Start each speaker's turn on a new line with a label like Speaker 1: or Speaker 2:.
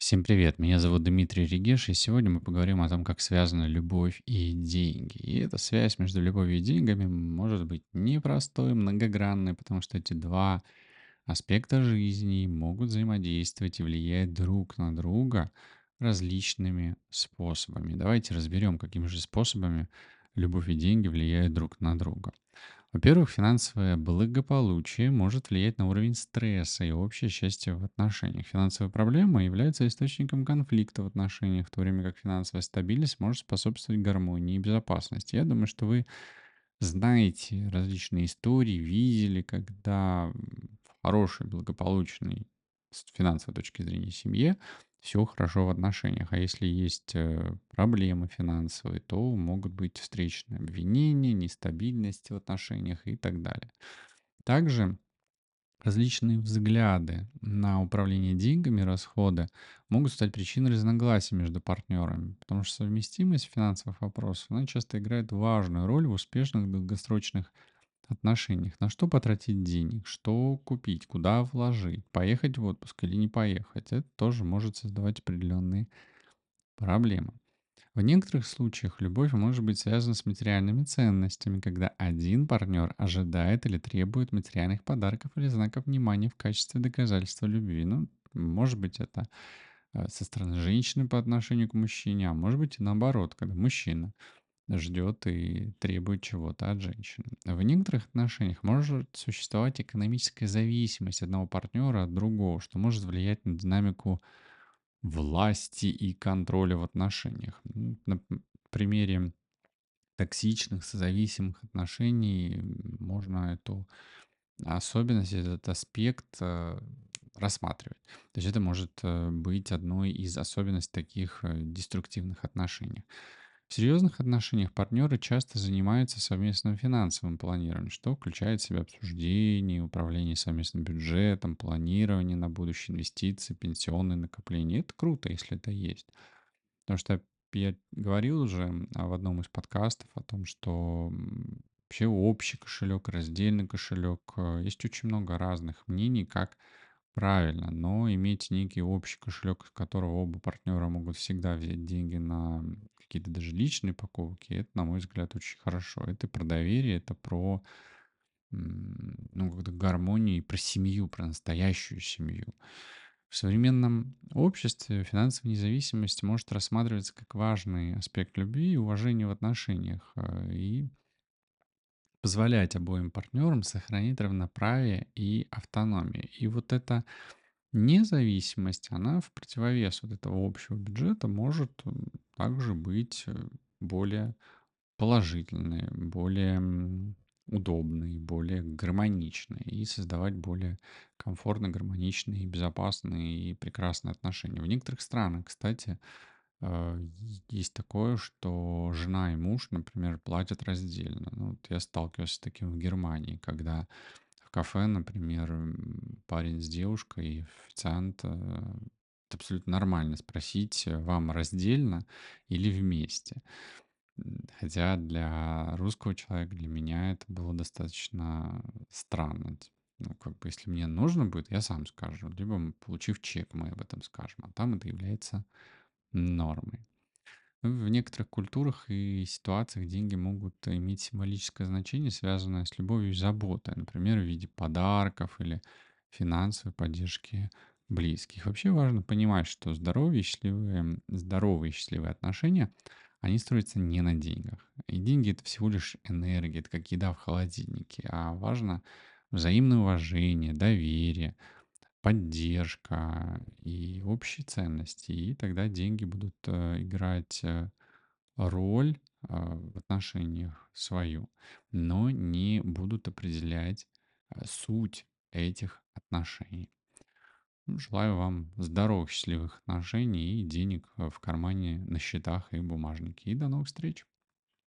Speaker 1: Всем привет, меня зовут Дмитрий Регеш, и сегодня мы поговорим о том, как связаны любовь и деньги. И эта связь между любовью и деньгами может быть непростой, многогранной, потому что эти два аспекта жизни могут взаимодействовать и влиять друг на друга различными способами. Давайте разберем, какими же способами любовь и деньги влияют друг на друга. Во-первых, финансовое благополучие может влиять на уровень стресса и общее счастье в отношениях. Финансовые проблемы являются источником конфликта в отношениях, в то время как финансовая стабильность может способствовать гармонии и безопасности. Я думаю, что вы знаете различные истории, видели, когда в хорошей, благополучной с финансовой точки зрения семье все хорошо в отношениях. А если есть проблемы финансовые, то могут быть встречные обвинения, нестабильность в отношениях и так далее. Также различные взгляды на управление деньгами, расходы могут стать причиной разногласий между партнерами, потому что совместимость финансовых вопросов, она часто играет важную роль в успешных долгосрочных отношениях. На что потратить денег, что купить, куда вложить, поехать в отпуск или не поехать. Это тоже может создавать определенные проблемы. В некоторых случаях любовь может быть связана с материальными ценностями, когда один партнер ожидает или требует материальных подарков или знаков внимания в качестве доказательства любви. Ну, может быть, это со стороны женщины по отношению к мужчине, а может быть и наоборот, когда мужчина ждет и требует чего-то от женщины. В некоторых отношениях может существовать экономическая зависимость одного партнера от другого, что может влиять на динамику власти и контроля в отношениях. На примере токсичных, созависимых отношений можно эту особенность, этот аспект рассматривать. То есть это может быть одной из особенностей таких деструктивных отношений. В серьезных отношениях партнеры часто занимаются совместным финансовым планированием, что включает в себя обсуждение, управление совместным бюджетом, планирование на будущие инвестиции, пенсионные накопления. Это круто, если это есть. Потому что я говорил уже в одном из подкастов о том, что вообще общий кошелек, раздельный кошелек, есть очень много разных мнений, как правильно, но иметь некий общий кошелек, из которого оба партнера могут всегда взять деньги на какие-то даже личные покупки, это, на мой взгляд, очень хорошо. Это про доверие, это про ну, как-то гармонию и про семью, про настоящую семью. В современном обществе финансовая независимость может рассматриваться как важный аспект любви и уважения в отношениях и позволять обоим партнерам сохранить равноправие и автономию. И вот эта независимость, она в противовес вот этого общего бюджета может также быть более положительной, более удобной, более гармоничной и создавать более комфортные, гармоничные, безопасные и прекрасные отношения. В некоторых странах, кстати, есть такое, что жена и муж, например, платят раздельно. Ну, вот я сталкивался с таким в Германии, когда в кафе, например, парень с девушкой, и официант, это абсолютно нормально спросить, вам раздельно или вместе. Хотя для русского человека, для меня это было достаточно странно. Ну, как бы, если мне нужно будет, я сам скажу. Либо получив чек, мы об этом скажем. А там это является нормой. В некоторых культурах и ситуациях деньги могут иметь символическое значение, связанное с любовью и заботой, например, в виде подарков или финансовой поддержки близких. Вообще важно понимать, что здоровые и счастливые отношения, они строятся не на деньгах. И деньги — это всего лишь энергия, это как еда в холодильнике. А важно взаимное уважение, доверие, поддержка и общие ценности. И тогда деньги будут играть роль в отношениях свою, но не будут определять суть этих отношений. Ну, желаю вам здоровых, счастливых отношений и денег в кармане, на счетах и бумажнике. И до новых встреч!